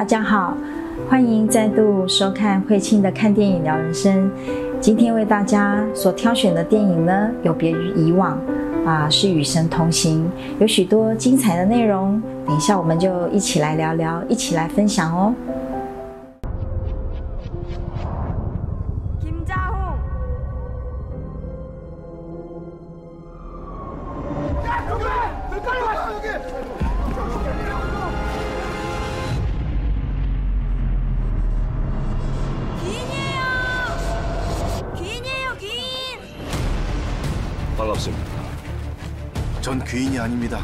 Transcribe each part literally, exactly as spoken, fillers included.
大家好，欢迎再度收看慧清的看电影聊人生。今天为大家所挑选的电影呢，有别于以往啊，是与神同行，有许多精彩的内容。等一下我们就一起来聊聊，一起来分享哦。 반갑습니다. 전 귀인이 아닙니다.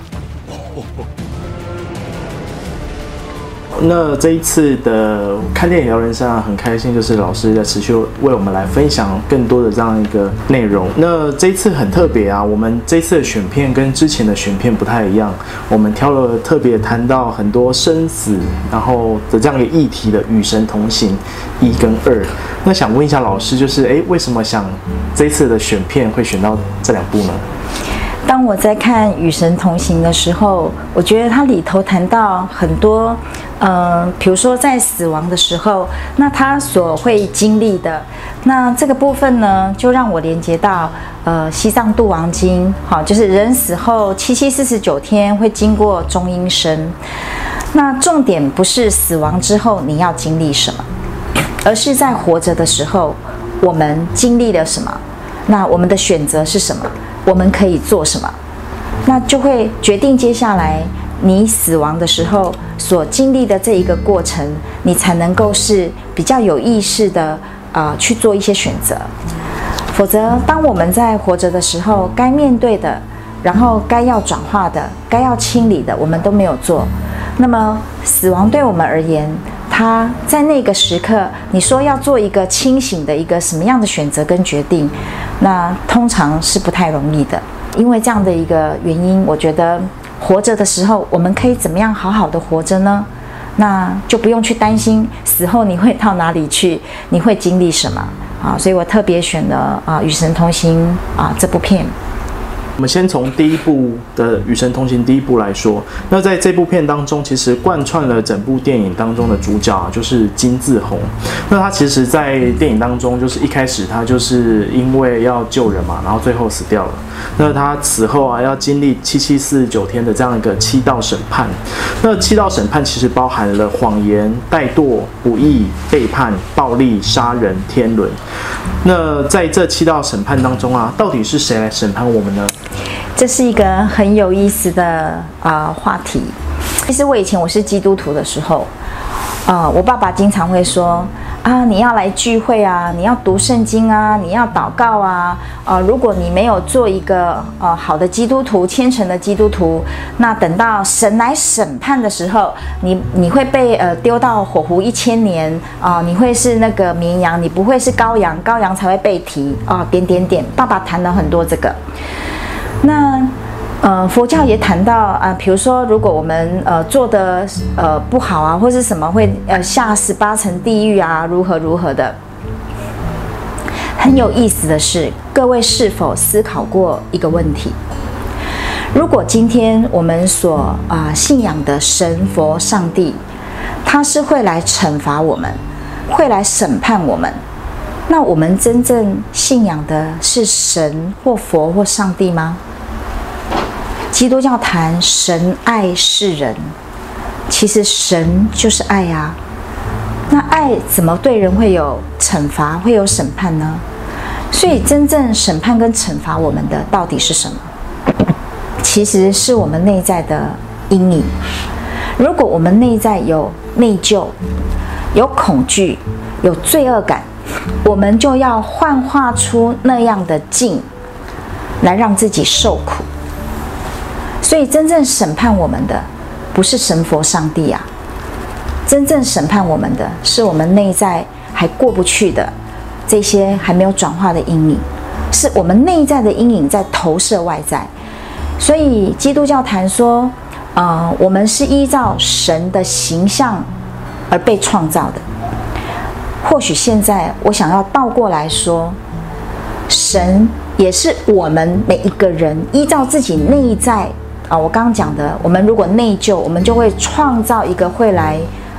那这一次的看电影聊人生啊，很开心，就是老师在持续为我们来分享更多的这样一个内容。那这一次很特别啊，我们这一次的选片跟之前的选片不太一样，我们挑了特别谈到很多生死，然后的这样一个议题的《与神同行》一跟二。那想问一下老师，就是哎，为什么想这一次的选片会选到这两部呢？ 当我在看《与神同行》的时候，我觉得它里头谈到很多，呃，比如说在死亡的时候，那他所会经历的，那这个部分呢，就让我连接到呃《西藏度亡经》，好，就是人死后七七四十九天会经过中阴身。那重点不是死亡之后你要经历什么，而是在活着的时候，我们经历了什么，那我们的选择是什么？我们可以做什么？那就会决定接下来你死亡的时候所经历的这一个过程，你才能够是比较有意识的呃去做一些选择。否则，当我们在活着的时候，该面对的，然后该要转化的，该要清理的，我们都没有做。那么，死亡对我们而言，他在那个时刻，你说要做一个清醒的一个什么样的选择跟决定，那通常是不太容易的。因为这样的一个原因，我觉得活着的时候，我们可以怎么样好好的活着呢？那就不用去担心死后你会到哪里去，你会经历什么啊？所以我特别选了啊《与神同行》啊这部片。 我们先从第一部的《与神同行》第一部来说，那在这部片当中，其实贯穿了整部电影当中的主角啊，就是金志宏。那他其实，在电影当中，就是一开始他就是因为要救人嘛，然后最后死掉了。那他死后啊，要经历七七四十九天的这样一个七道审判。那七道审判其实包含了谎言、怠惰、不义、背叛、暴力、杀人、天伦。那在这七道审判当中啊，到底是谁来审判我们呢？ 这是一个很有意思的啊、呃、话题。其实我以前我是基督徒的时候，啊、呃，我爸爸经常会说啊，你要来聚会啊，你要读圣经啊，你要祷告啊，呃，如果你没有做一个呃好的基督徒、虔诚的基督徒，那等到神来审判的时候，你你会被呃丢到火湖一千年啊、呃，你会是那个绵羊，你不会是羔羊，羔羊才会被提啊、呃，点点点。爸爸谈了很多这个。那呃，佛教也谈到啊，比如说，如果我们呃做的呃不好啊，或是什么会呃下十八层地狱啊，如何如何的。很有意思的是，各位是否思考过一个问题？如果今天我们所啊、呃、信仰的神佛上帝，他是会来惩罚我们，会来审判我们，那我们真正信仰的是神或佛或上帝吗？基督教谈神爱世人，其实神就是爱啊。那爱怎么对人会有惩罚，会有审判呢？所以真正审判跟惩罚我们的到底是什么？其实是我们内在的阴影。如果我们内在有内疚、有恐惧、有罪恶感，我们就要幻化出那样的境，来让自己受苦。所以真正审判我们的不是神佛上帝啊，真正审判我们的是我们内在还过不去的这些还没有转化的阴影，是我们内在的阴影在投射外在。所以基督教谈说，呃，我们是依照神的形象而被创造的。或许现在我想要倒过来说，神也是我们每一个人依照自己内在啊，我刚刚讲的，我们如果内疚，我们就会创造一个会来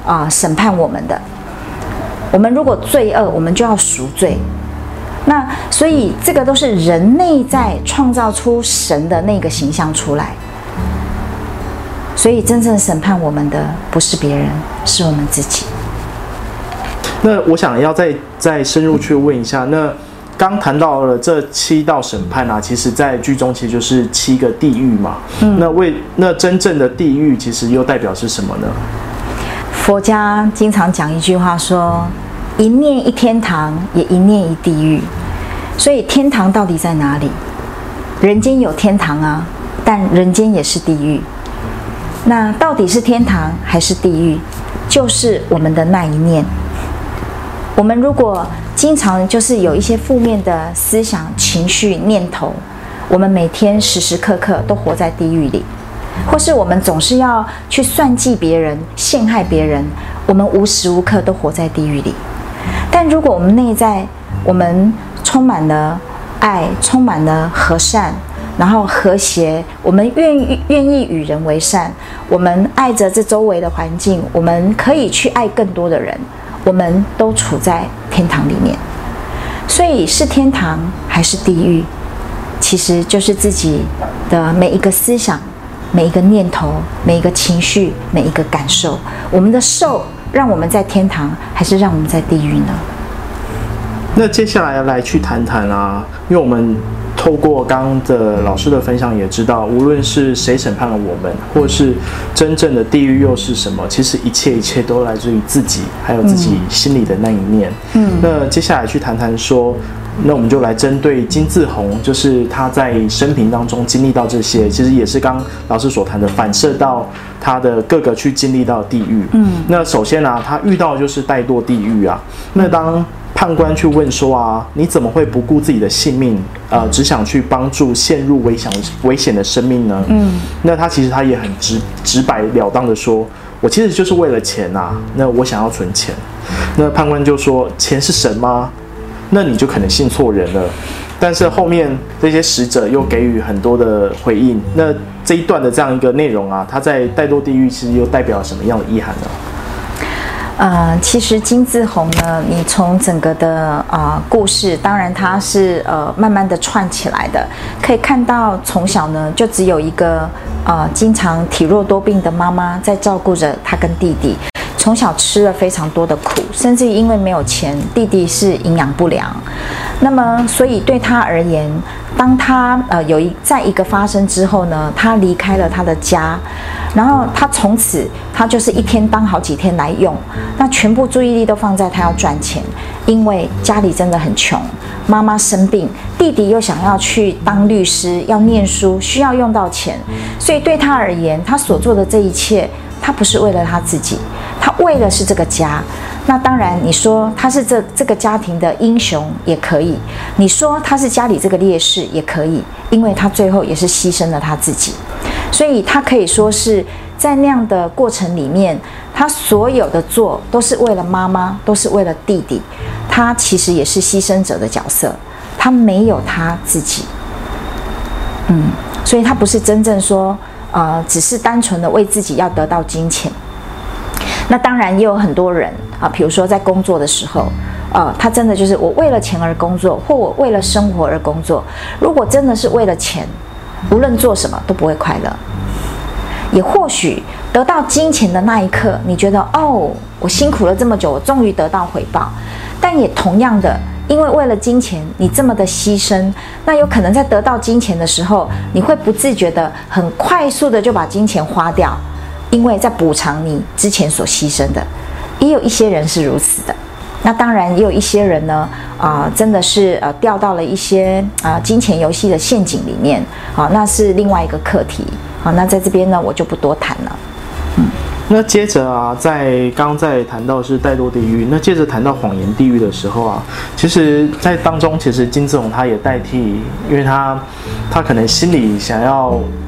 啊、呃、审判我们的。我们如果罪恶，我们就要赎罪。那所以这个都是人内在创造出神的那个形象出来。所以真正审判我们的不是别人，是我们自己。 那我想要再再深入去问一下，那刚谈到了这七道审判啊，其实在剧中其实就是七个地狱嘛。嗯，那为那真正的地狱其实又代表是什么呢？ 佛家经常讲一句话说，一念一天堂，也一念一地狱。所以天堂到底在哪里？人间有天堂啊，但人间也是地狱。那到底是天堂还是地狱？就是我们的那一念。我们如果经常就是有一些负面的思想、情绪、念头，我们每天时时刻刻都活在地狱里。或是我们总是要去算计别人、陷害别人，我们无时无刻都活在地狱里。但如果我们内在我们充满了爱，充满了和善，然后和谐，我们愿意愿意与人为善，我们爱着这周围的环境，我们可以去爱更多的人，我们都处在天堂里面。所以是天堂还是地狱，其实就是自己的每一个思想、每一个念头、每一个情绪、每一个感受。我们的受让我们在天堂，还是让我们在地狱呢？ 那接下来来去谈谈啊，因为我们透过刚刚的老师的分享也知道，无论是谁审判了我们，或是真正的地狱又是什么，其实一切一切都来自于自己，还有自己心里的那一念。嗯，那接下来去谈谈说，那我们就来针对金志宏，就是他在生平当中经历到这些，其实也是刚刚老师所谈的，反射到他的各个去经历到的地狱。嗯，那首先啊，他遇到的就是怠惰地狱啊。那当判官去问说啊，你怎么会不顾自己的性命，呃，只想去帮助陷入危险危险的生命呢？嗯，那他其实他也很直直白了当的说，我其实就是为了钱啊，那我想要存钱。那判官就说，钱是神吗？那你就可能信错人了。但是后面这些使者又给予很多的回应。那这一段的这样一个内容啊，它在怠惰地狱其实又代表什么样的意涵呢？ 呃，其实金志宏呢，你从整个的啊、呃、故事，当然它是呃慢慢的串起来的，可以看到从小呢就只有一个呃经常体弱多病的妈妈在照顾着他跟弟弟，从小吃了非常多的苦，甚至因为没有钱，弟弟是营养不良。那么，所以对他而言，当他呃有一在一个发生之后呢，他离开了他的家，然后他从此他就是一天当好几天来用，那全部注意力都放在他要赚钱，因为家里真的很穷，妈妈生病，弟弟又想要去当律师，要念书，需要用到钱，所以对他而言，他所做的这一切，他不是为了他自己，他为的是这个家。那当然，你说他是这这个家庭的英雄也可以，你说他是家里这个烈士也可以，因为他最后也是牺牲了他自己，所以他可以说是在那样的过程里面，他所有的做都是为了妈妈，都是为了弟弟，他其实也是牺牲者的角色，他没有他自己，嗯，所以他不是真正说，呃，只是单纯的为自己要得到金钱。那当然也有很多人啊，比如说在工作的时候，呃，他真的就是我为了钱而工作，或我为了生活而工作。如果真的是为了钱，无论做什么都不会快乐。也或许得到金钱的那一刻，你觉得哦，我辛苦了这么久，我终于得到回报。但也同样的，因为为了金钱，你这么的牺牲，那有可能在得到金钱的时候，你会不自觉的、很快速的就把金钱花掉。因为在补偿你之前所牺牲的，也有一些人是如此的。那当然也有一些人呢，啊、呃，真的是呃掉到了一些啊、呃、金钱游戏的陷阱里面，好、啊，那是另外一个课题。好、啊，那在这边呢，我就不多谈了。嗯， 那接着啊，在刚刚在谈到是怠惰地狱，那接着谈到谎言地狱的时候啊，其实在当中，其实金志宏他也代替，因为他他可能心里想要。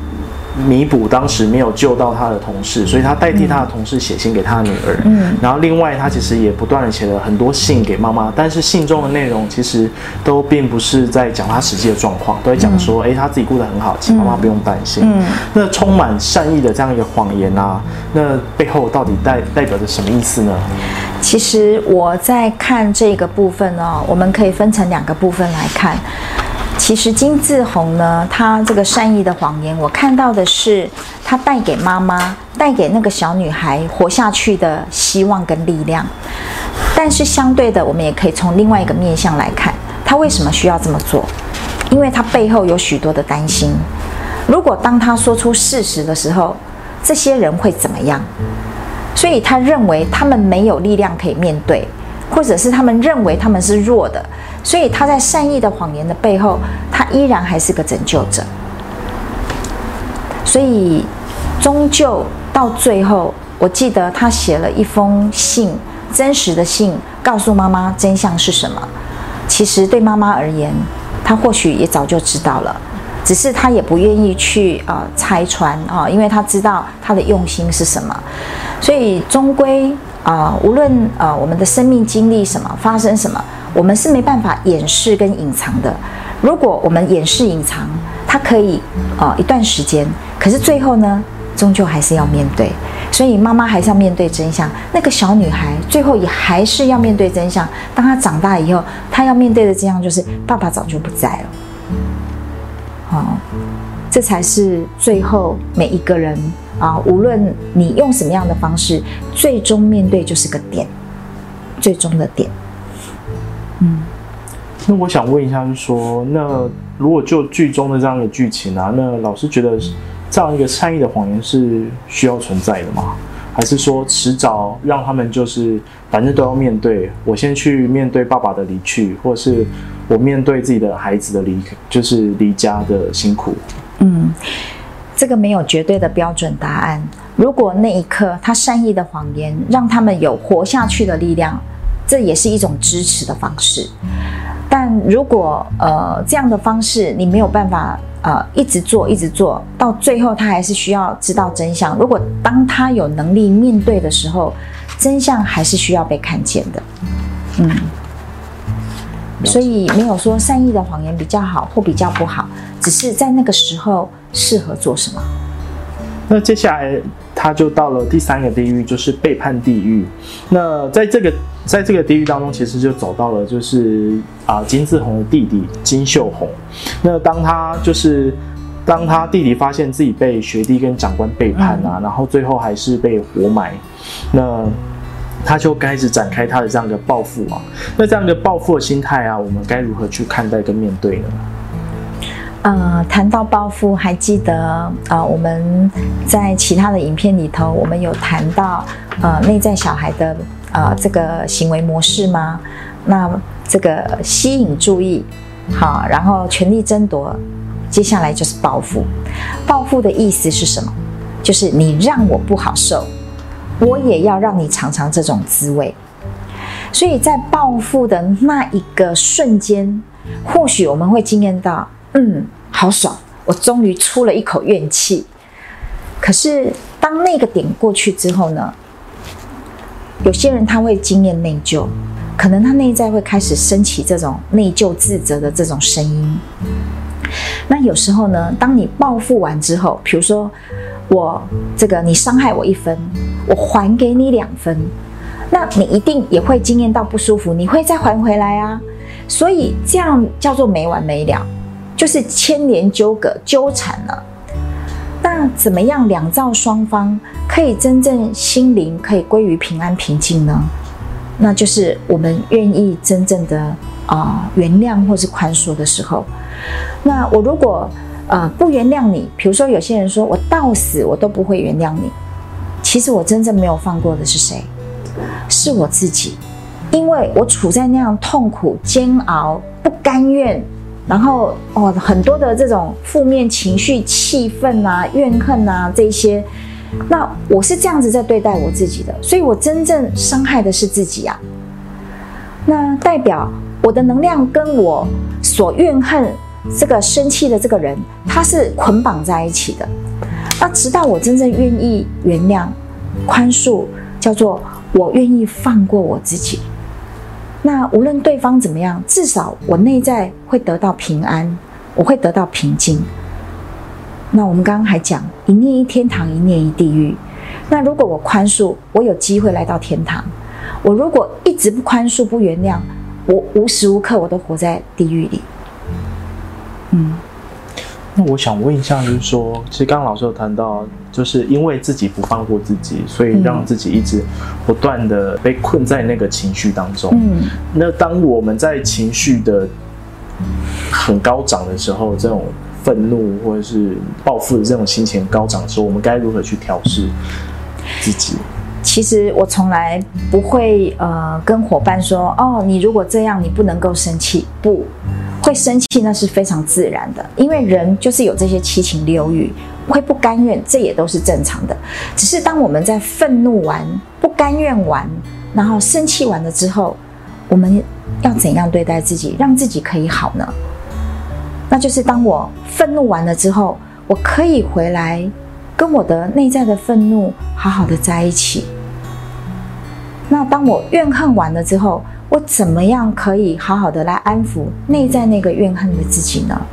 弥补当时没有救到他的同事，所以他代替他的同事写信给他的女儿。 嗯， 然后另外他其实也不断的写了很多信给妈妈，但是信中的内容其实都并不是在讲他实际的状况，都在讲说，哎、嗯，他自己过得很好，请妈妈不用担心。嗯，那充满善意的这样一个谎言啊，那背后到底代代表着什么意思呢？ 其实我在看这个部分哦，我们可以分成两个部分来看。其实金志宏呢，他这个善意的谎言，我看到的是他带给妈妈、带给那个小女孩活下去的希望跟力量。但是相对的，我们也可以从另外一个面向来看，他为什么需要这么做？因为他背后有许多的担心。如果当他说出事实的时候，这些人会怎么样？所以他认为他们没有力量可以面对，或者是他们认为他们是弱的，所以他在善意的谎言的背后，他依然还是个拯救者。所以终究到最后，我记得他写了一封信，真实的信，告诉妈妈真相是什么。其实对妈妈而言，她或许也早就知道了，只是她也不愿意去呃拆穿啊、呃，因为她知道她的用心是什么。所以终归啊、呃，无论呃我们的生命经历什么，发生什么，我们是没办法掩饰跟隐藏的。如果我们掩饰隐藏，它可以呃一段时间，可是最后呢，终究还是要面对。所以妈妈还是要面对真相，那个小女孩最后也还是要面对真相。当她长大以后，她要面对的真相就是爸爸早就不在了。哦，这才是最后每一个人啊，无论你用什么样的方式，最终面对就是个点，最终的点。嗯， 那我想问一下，就是说，那如果就剧中的这样的剧情啊，那老师觉得这样一个善意的谎言是需要存在的吗？还是说迟早让他们就是反正都要面对？我先去面对爸爸的离去，或者是我面对自己的孩子的离，就是离家的辛苦。 嗯，这个没有绝对的标准答案。如果那一刻他善意的谎言让他们有活下去的力量，这也是一种支持的方式。但如果呃这样的方式你没有办法呃一直做一直做到最后，他还是需要知道真相。如果当他有能力面对的时候，真相还是需要被看见的。嗯，所以没有说善意的谎言比较好或比较不好，只是在那个时候适合做什么。 那接下来他就到了第三个地狱，就是背叛地狱。那在这个在这个地狱当中，其实就走到了就是啊、呃、金志宏的弟弟金秀宏。那当他就是当他弟弟发现自己被学弟跟长官背叛啊，嗯、然后最后还是被活埋，那他就开始展开他的这样一个报复啊。那这样一个报复的心态啊，我们该如何去看待跟面对呢？ 呃，谈到报复，还记得呃我们在其他的影片里头，我们有谈到呃内在小孩的呃这个行为模式吗？那这个吸引注意，好，然后权力争夺，接下来就是报复。报复的意思是什么？就是你让我不好受，我也要让你尝尝这种滋味。所以在报复的那一个瞬间，或许我们会惊艳到，嗯，好爽，我终于出了一口怨气。可是当那个点过去之后呢，有些人他会经验内疚，可能他内在会开始升起这种内疚自责的这种声音。那有时候呢，当你报复完之后，比如说我这个你伤害我一分，我还给你两分，那你一定也会经验到不舒服，你会再还回来啊。所以这样叫做没完没了，就是牵连纠葛纠缠了。那怎么样两造双方可以真正心灵可以归于平安平静呢？那就是我们愿意真正的啊、呃、原谅或是宽恕的时候。那我如果呃不原谅你，比如说有些人说我到死我都不会原谅你，其实我真正没有放过的是谁？是我自己。因为我处在那样痛苦、煎熬、不甘愿，然后哦很多的这种负面情绪、气愤啊、怨恨啊这些，那我是这样子在对待我自己的，所以我真正伤害的是自己啊。那代表我的能量跟我所怨恨这个生气的这个人，他是捆绑在一起的。 那直到我真正愿意原谅、宽恕，叫做我愿意放过我自己。那无论对方怎么样，至少我内在会得到平安，我会得到平静。那我们刚刚还讲，一念一天堂，一念一地狱。那如果我宽恕，我有机会来到天堂；我如果一直不宽恕、不原谅，我无时无刻我都活在地狱里。嗯。 那我想问一下，就是说，其实刚刚老师有谈到，就是因为自己不放过自己，所以让自己一直不断的被困在那个情绪当中。嗯，那当我们在情绪的很高涨的时候，这种愤怒或者是报复的这种心情高涨的时候，我们该如何去调试自己？ 其实我从来不会呃跟伙伴说，哦，你如果这样，你不能够生气。不会生气，那是非常自然的，因为人就是有这些七情六欲，会不甘愿，这也都是正常的。只是当我们在愤怒完、不甘愿完，然后生气完了之后，我们要怎样对待自己，让自己可以好呢？那就是当我愤怒完了之后，我可以回来跟我的内在的愤怒好好的在一起。那当我怨恨完了之后，我怎么样可以好好的来安抚内在那个怨恨的自己呢？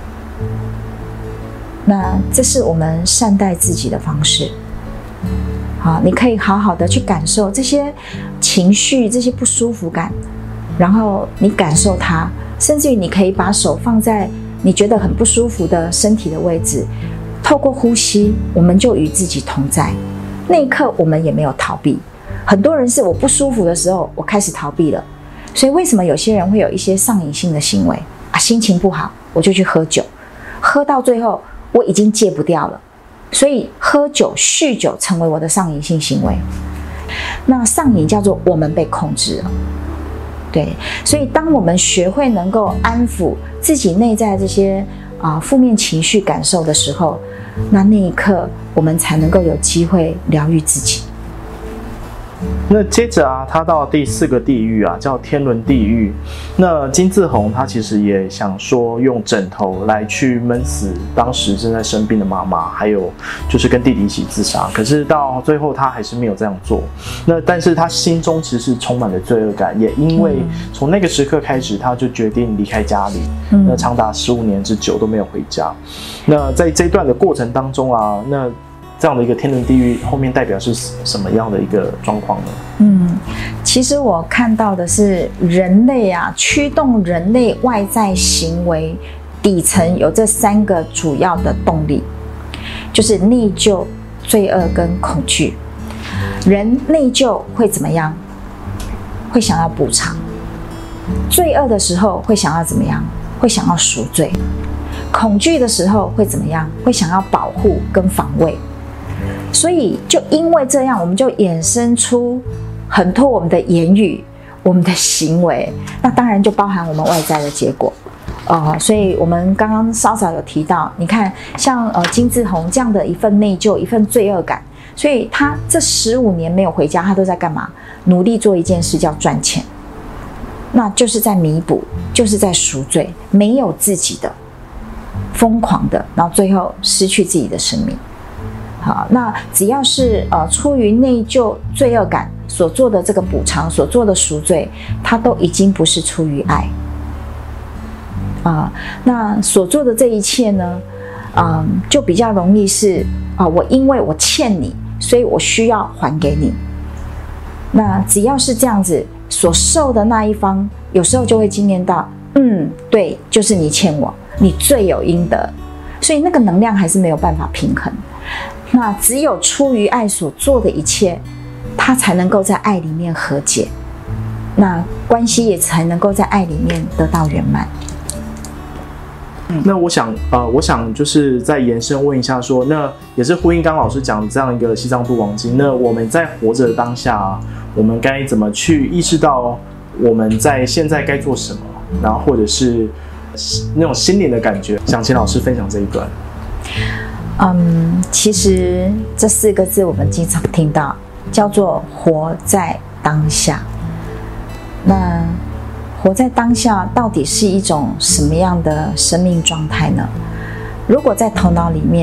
那这是我们善待自己的方式。好，你可以好好的去感受这些情绪、这些不舒服感，然后你感受它，甚至于你可以把手放在你觉得很不舒服的身体的位置，透过呼吸，我们就与自己同在。那一刻，我们也没有逃避。很多人是我不舒服的时候，我开始逃避了。所以为什么有些人会有一些上瘾性的行为啊？心情不好，我就去喝酒，喝到最后我已经戒不掉了。所以喝酒、酗酒成为我的上瘾性行为。那上瘾叫做我们被控制了。对，所以当我们学会能够安抚自己内在这些啊、呃、负面情绪感受的时候，那那一刻我们才能够有机会疗愈自己。 那接着啊，他到第四个地狱啊，叫天伦地狱。那金志宏他其实也想说用枕头来去闷死当时正在生病的妈妈，还有就是跟弟弟一起自杀。可是到最后他还是没有这样做。那但是他心中其实是充满了罪恶感，也因为从那个时刻开始，他就决定离开家里，嗯、那长达十五年之久都没有回家。那在这一段的过程当中啊，那这样的一个天伦地狱后面代表是什么样的一个状况呢？ 嗯，其实我看到的是人类啊，驱动人类外在行为底层有这三个主要的动力，就是内疚、罪恶跟恐惧。人内疚会怎么样？会想要补偿。罪恶的时候会想要怎么样？会想要赎罪。恐惧的时候会怎么样？会想要保护跟防卫。所以就因为这样，我们就衍生出很多我们的言语、我们的行为，那当然就包含我们外在的结果。呃，所以我们刚刚稍稍有提到，你看像呃金志宏这样的一份内疚、一份罪恶感，所以他这十五年没有回家，他都在干嘛？努力做一件事叫赚钱，那就是在弥补，就是在赎罪，没有自己的，疯狂的，然后最后失去自己的生命。好，那只要是呃出于内疚、罪恶感所做的这个补偿、所做的赎罪，它都已经不是出于爱啊、呃。那所做的这一切呢，嗯、呃，就比较容易是啊、呃，我因为我欠你，所以我需要还给你。那只要是这样子，所受的那一方，有时候就会经验到，嗯，对，就是你欠我，你罪有应得，所以那个能量还是没有办法平衡。那只有出于爱所做的一切，它才能够在爱里面和解，那关系也才能够在爱里面得到圆满。 那我想，呃，我想就是再延伸问一下说，那也是呼应刚老师讲的这样一个西藏度王经。那我们在活着的当下、啊，我们该怎么去意识到我们在现在该做什么？然后或者是那种心灵的感觉，想请老师分享这一段。 嗯，其实这四个字我们经常听到，叫做活在当下。那活在当下到底是一种什么样的生命状态呢？如果在头脑里面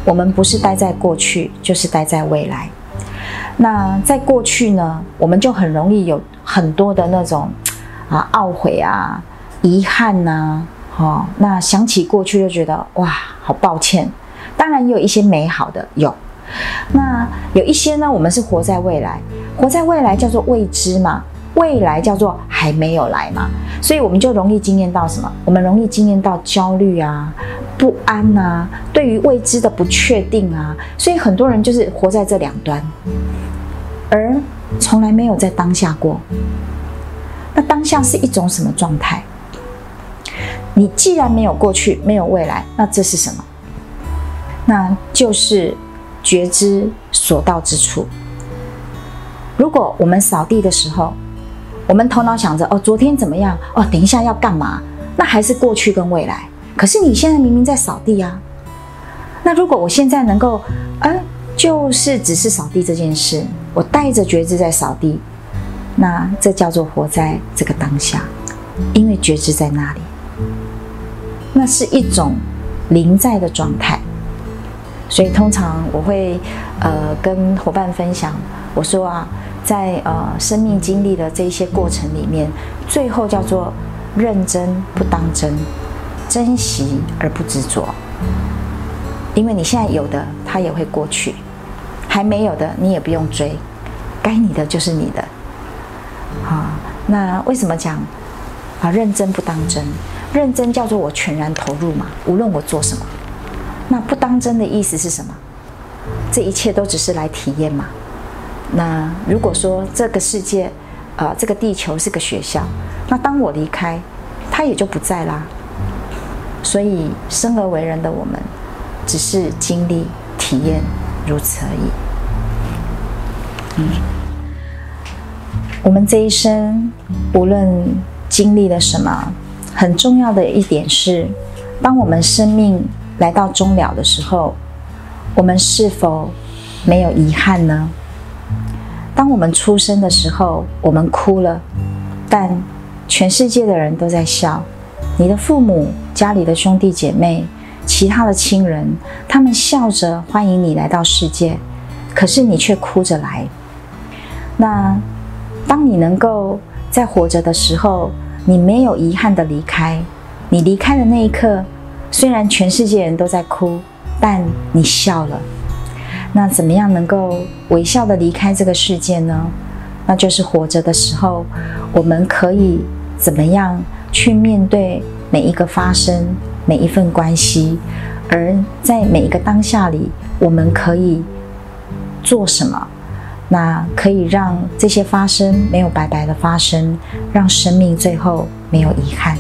我们不是待在过去，就是待在未来。那在过去呢，我们就很容易有很多的那种啊懊悔啊、遗憾呐、啊，哦，那想起过去就觉得哇，好抱歉。当然也有一些美好的，有。那有一些呢，我们是活在未来，活在未来叫做未知嘛，未来叫做还没有来嘛，所以我们就容易经验到什么？我们容易经验到焦虑啊、不安啊，对于未知的不确定啊，所以很多人就是活在这两端，而从来没有在当下过。那当下是一种什么状态？你既然没有过去，没有未来，那这是什么？那就是觉知所到之处。如果我们扫地的时候，我们头脑想着哦，昨天怎么样？哦，等一下要干嘛？那还是过去跟未来。可是你现在明明在扫地啊。那如果我现在能够，呃，就是只是扫地这件事，我带着觉知在扫地，那这叫做活在这个当下，因为觉知在那里，那是一种临在的状态。所以通常我会呃跟伙伴分享，我说啊，在呃生命经历的这些过程里面，最后叫做认真不当真，珍惜而不执着。因为你现在有的，它也会过去；还没有的，你也不用追，该你的就是你的。啊，那为什么讲啊认真不当真？认真叫做我全然投入嘛，无论我做什么。那不当真的意思是什么？这一切都只是来体验嘛。那如果说这个世界，呃，这个地球是个学校，那当我离开，它也就不在啦。所以生而为人的我们，只是经历体验，如此而已。嗯，我们这一生无论经历了什么，很重要的一点是，当我们生命来到终了的时候，我们是否没有遗憾呢？当我们出生的时候，我们哭了，但全世界的人都在笑。你的父母、家里的兄弟姐妹、其他的亲人，他们笑着欢迎你来到世界，可是你却哭着来。那当你能够在活着的时候，你没有遗憾的离开，你离开的那一刻，虽然全世界人都在哭，但你笑了。那怎么样能够微笑的离开这个世界呢？那就是活着的时候，我们可以怎么样去面对每一个发生，每一份关系，而在每一个当下里，我们可以做什么？那可以让这些发生没有白白的发生，让生命最后没有遗憾。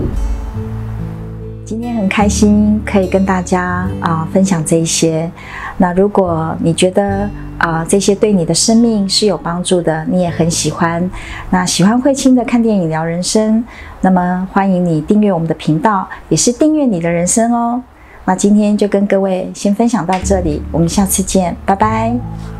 今天很开心可以跟大家啊、呃、分享这一些。那如果你觉得啊、呃、这些对你的生命是有帮助的，你也很喜欢，那喜欢慧清的看电影聊人生，那么欢迎你订阅我们的频道，也是订阅你的人生哦。那今天就跟各位先分享到这里，我们下次见，拜拜。